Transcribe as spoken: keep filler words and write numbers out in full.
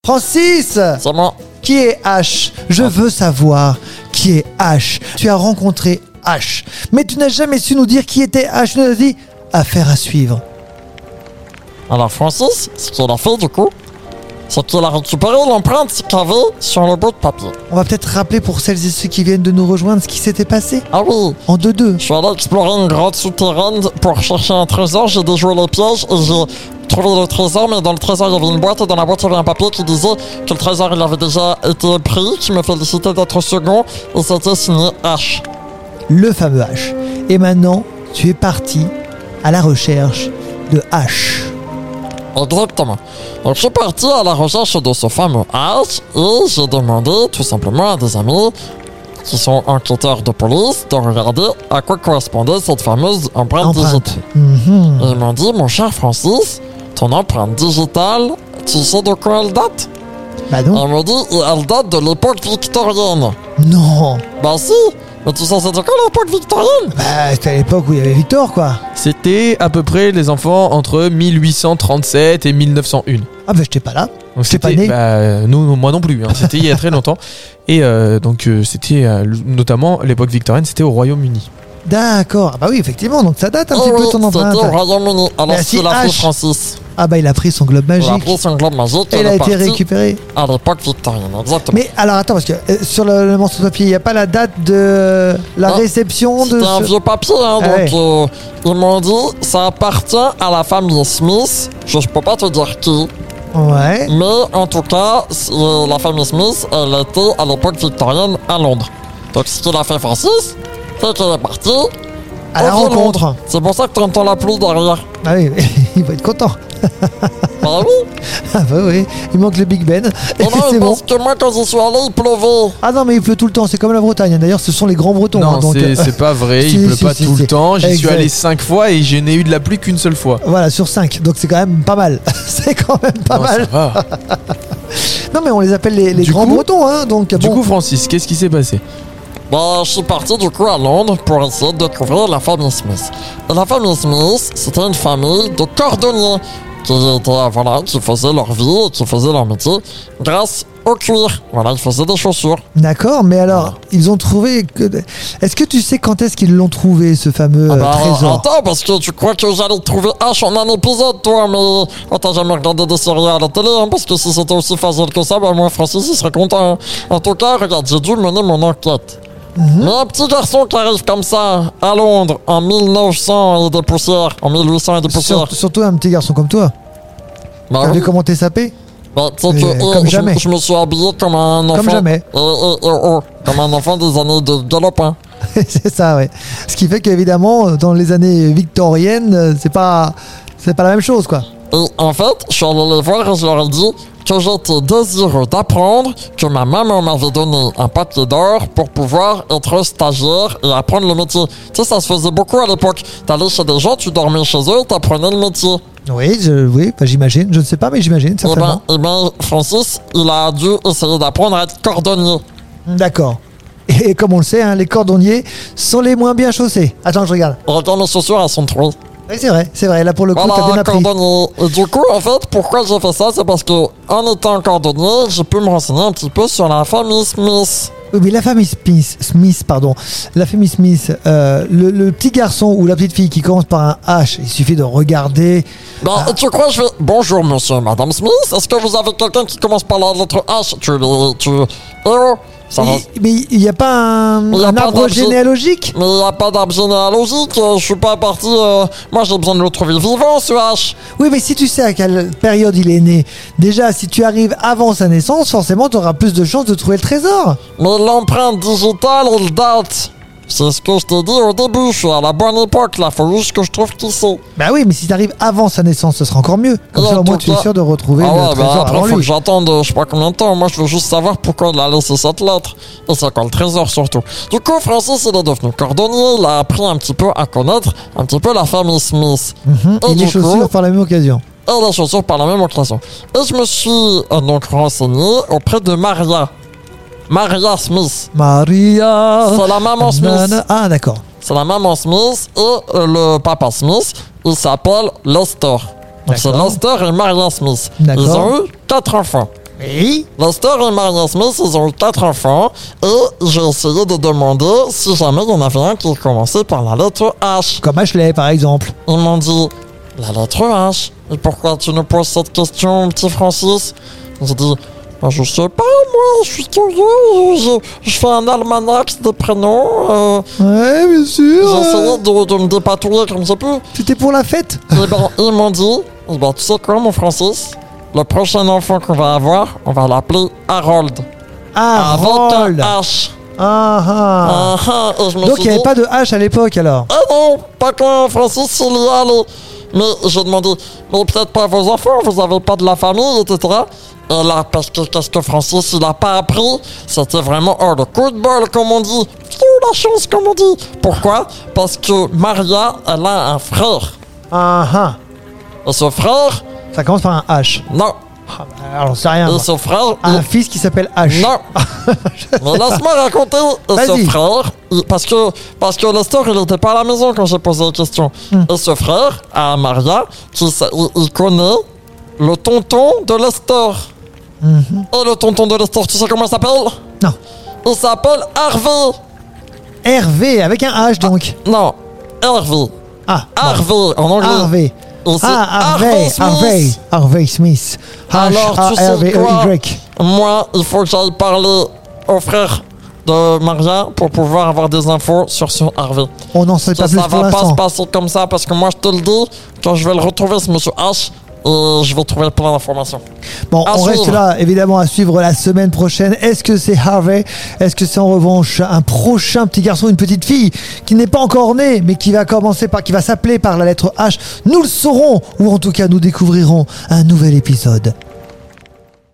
Francis! C'est moi. Qui est H? Je veux savoir qui est H. Tu as rencontré H, mais tu n'as jamais su nous dire qui était H. Tu nous as dit affaire à suivre. Alors Francis, ce qu'il a fait du coup, c'est qu'il a récupéré l'empreinte qu'il y avait sur le bout de papier. On va peut-être rappeler pour celles et ceux qui viennent de nous rejoindre ce qui s'était passé. Ah oui, En deux deux. je suis allé explorer une grotte souterraine pour chercher un trésor, j'ai déjoué les pièges et j'ai trouvé le trésor, mais dans le trésor il y avait une boîte et dans la boîte il y avait un papier qui disait que le trésor il avait déjà été pris, qui me félicitait d'être second et c'était signé H. Le fameux H. Et maintenant, tu es parti à la recherche de H. Exactement. Donc je suis parti à la recherche de ce fameux H et j'ai demandé tout simplement à des amis qui sont enquêteurs de police de regarder à quoi correspondait cette fameuse empreinte, Empreinte. digitale. Mhm. Et ils m'ont dit, mon cher Francis, ton empreinte digitale, tu sais de quoi elle date? Bah Et non. ils m'ont dit, elle date de l'époque victorienne. Non. Bah si, mais tu sais c'était quoi l'époque victorienne? Bah c'était à l'époque où il y avait Victor, quoi. C'était à peu près, les enfants, entre mille huit cent trente-sept et mille neuf cent un. Ah bah j'étais pas là. Donc J'étais pas c'était- né. bah, nous, moi non plus. Hein. C'était il y a très longtemps. Et euh, donc euh, c'était euh, notamment l'époque victorienne, c'était au Royaume-Uni. D'accord. Ah bah oui, effectivement. Donc ça date un Oh petit oui, peu ton c'était empreinte. au Royaume-Uni. Alors Mais ce qu'il si a fait H- Francis, Ah bah il a pris son globe il a magique. pris son globe magique Et et il a est été parti récupéré. à l'époque victorienne, exactement. Mais alors attends, parce que euh, sur le, le morceau de papier, il n'y a pas la date de la Ah, réception de C'était un ce... vieux papier, hein, Ah donc ouais. euh, ils m'ont dit ça appartient à la famille Smith. Je, je peux pas te dire qui, Ouais. mais en tout cas, c'est- euh, la famille Smith, elle était à l'époque victorienne à Londres. Donc ce qu'il a fait Francis, c'est qu'il est parti À la au vieux rencontre. Londres. C'est pour ça que tu entends la pluie derrière. Ah oui, il va être content. Bah oui, Ah bah oui, il manque le Big Ben. Et mais non, c'est bon. parce que moi quand j'y suis allé, il pleuvait. Ah non, mais il pleut tout le temps, c'est comme la Bretagne. D'ailleurs, ce sont les grands Bretons. hein, Non, donc, c'est euh, c'est pas vrai, si, il pleut si, pas si, tout si. le temps. J'y suis Exact. allé cinq fois et je n'ai eu de la pluie qu'une seule fois. Voilà, sur cinq. Donc c'est quand même pas mal. c'est quand même pas Non, mal. ça va. Non, mais on les appelle les, les Du grands coup- Bretons. Hein, donc, Du bon. coup, Francis, qu'est-ce qui s'est passé? Bah, je suis parti du coup à Londres pour essayer de découvrir la famille Smith. Et la famille Smith, c'était une famille de cordonniers qui étaient, voilà, qui faisaient leur vie et qui faisaient leur métier grâce au cuir. Voilà, ils faisaient des chaussures. D'accord, mais alors, ils ont trouvé... Que... Est-ce que tu sais quand est-ce qu'ils l'ont trouvé, ce fameux Ah euh, bah, trésor? attends, parce que tu crois que j'allais trouver H en un épisode, toi, mais oh, t'as jamais regardé des séries à la télé, hein, parce que si c'était aussi facile que ça, bah moi, Francis, il serait content. hein. En tout cas, regarde, j'ai dû mener mon enquête. Mhm. Mais un petit garçon qui arrive comme ça à Londres en mille neuf cents et des poussières, en mille huit cents et des poussières. Sur- Surtout un petit garçon comme toi. Bah T'as oui. vu comment t'es sapé? Bah, tu sais que Euh, euh, comme je, jamais. je me suis habillé comme un enfant. Comme jamais. Et, et- et- oh, comme un enfant des années de galopin. C'est ça, ouais. Ce qui fait qu'évidemment, dans les années victoriennes, euh, c'est pas... C'est pas la même chose, quoi. Et en fait, je suis allé les voir et je leur ai dit que j'étais désireux d'apprendre, que ma maman m'avait donné un papier d'or pour pouvoir être stagiaire et apprendre le métier. Tu sais, ça se faisait beaucoup à l'époque. T'allais chez des gens, tu dormais chez eux et t'apprenais le métier. Oui, je, oui bah, j'imagine. Je ne sais pas, mais j'imagine, Et certainement. ben, et ben, Francis, il a dû essayer d'apprendre à être cordonnier. D'accord. Et comme on le sait, hein, les cordonniers sont les moins bien chaussés. Attends, je regarde. Et regarde mes chaussures, elles sont trouées. Oui, c'est vrai, c'est vrai. Là, pour le coup, t'as bien Voilà, appris. cordonnier. Et du coup, en fait, pourquoi j'ai fait ça, c'est parce que en étant cordonnier, j'ai pu me renseigner un petit peu sur la famille Smith. Oui, mais la famille Smith, Smith pardon, la famille Smith, euh, le, le petit garçon ou la petite fille qui commence par un H, il suffit de regarder. Ben, Ah. tu crois, je vais... Bonjour, monsieur et madame Smith. Est-ce que vous avez quelqu'un qui commence par la lettre H? Tu... tu... Eh oh, ça va... Il- mais il n'y a pas un, Il y a un pas arbre d'arbre gé- généalogique? Mais il n'y a pas d'arbre généalogique. euh, Je suis pas parti... euh, Moi, j'ai besoin de le trouver vivant, ce H. Oui, mais si tu sais à quelle période il est né, déjà, si tu arrives avant sa naissance, forcément, tu auras plus de chances de trouver le trésor. Mais l'empreinte digitale, elle date. C'est ce que je t'ai dit au début. Je suis à la bonne époque, là. Faut juste que je trouve qui c'est. Bah oui, mais si tu arrives avant sa naissance, ce sera encore mieux. Comme Et ça, en au moins, tout tu es cas- sûr de retrouver Ah le ouais, bah trésor après, avant faut que lui. j'attende euh, je sais pas combien de temps. Moi, je veux juste savoir pourquoi il a laissé cette lettre. Et c'est quoi le trésor, surtout. Du coup, Francis, il est devenu cordonnier. Il a appris un petit peu à connaître un petit peu la famille Smith. Mhm. Et Et les du chaussures coup- par la même occasion. Et les chaussures par la même occasion. Et je me suis euh, donc renseigné auprès de Maria. Maria Smith. Maria. C'est la maman Smith. Nana- Ah, d'accord. C'est la maman Smith et euh, le papa Smith. Il s'appelle Lester. Donc c'est D'accord. Lester et Maria Smith. D'accord. Ils ont eu quatre enfants. Oui. Lester et Maria Smith, ils ont eu quatre enfants et j'ai essayé de demander si jamais il y en avait un qui commençait par la lettre H. Comme Ashley, par exemple. Ils m'ont dit la lettre H. Et pourquoi tu nous poses cette question, petit Francis? J'ai dit bah, je sais pas, moi, je suis curieux. Je, je fais un almanach des prénoms. Euh, Ouais, bien sûr. j'ai essayé de, de me dépatouiller comme j'ai pu. C'était pour la fête. Et ben, ils m'ont dit eh ben, tu sais quoi, mon Francis? Le prochain enfant qu'on va avoir, on va l'appeler Harold. Ah, Avec Harold. un H. Ah, ah. Ah, ah, et je me Donc suis il n'y avait dit, pas de H à l'époque alors. ah non, pas quand Francis il y est allé. Mais j'ai demandé, mais peut-être pas vos enfants, vous avez pas de la famille, et cetera. Et là, parce que qu'est-ce que Francis il a pas appris, c'était vraiment oh le coup de bol comme on dit, oh la chance comme on dit. Pourquoi? Parce que Maria, elle a un frère. Ah, ah. Et ce frère, Ça commence par un H. non. Ah, bah, alors, c'est rien. Et moi. ce frère, Un il- fils qui s'appelle H. non. Mais laisse-moi raconter. Et Vas-y. ce frère, il- parce que parce que Lester, il n'était pas à la maison quand j'ai posé la question. Hmm. Et ce frère, à Maria, qui, sa- il, il connaît le tonton de Lester. Mhm. Et le tonton de Lester, tu sais comment il s'appelle? Non. Il s'appelle Harvey. Hervé, avec un H donc. Non, Harvey. Ah, bon. Harvey, en anglais. Harvey. Et c'est Ah, Harvey. Smith. Harvey. Harvey Smith. Alors, tu sais quoi? H-A-R-V-E-Y. Moi, il faut que j'aille parler au frère de Maria pour pouvoir avoir des infos sur ce Harvey. On n'en sait Ça, pas plus ça pour va pas se l'instant. passer comme ça parce que moi je te le dis, quand je vais le retrouver ce monsieur H, et je vais trouver plein d'informations. Bon, À on suivre. reste là, évidemment, à suivre la semaine prochaine. Est-ce que c'est Harvey? Est-ce que c'est en revanche un prochain petit garçon, une petite fille qui n'est pas encore née, mais qui va commencer par, qui va s'appeler par la lettre H? Nous le saurons, ou en tout cas nous découvrirons un nouvel épisode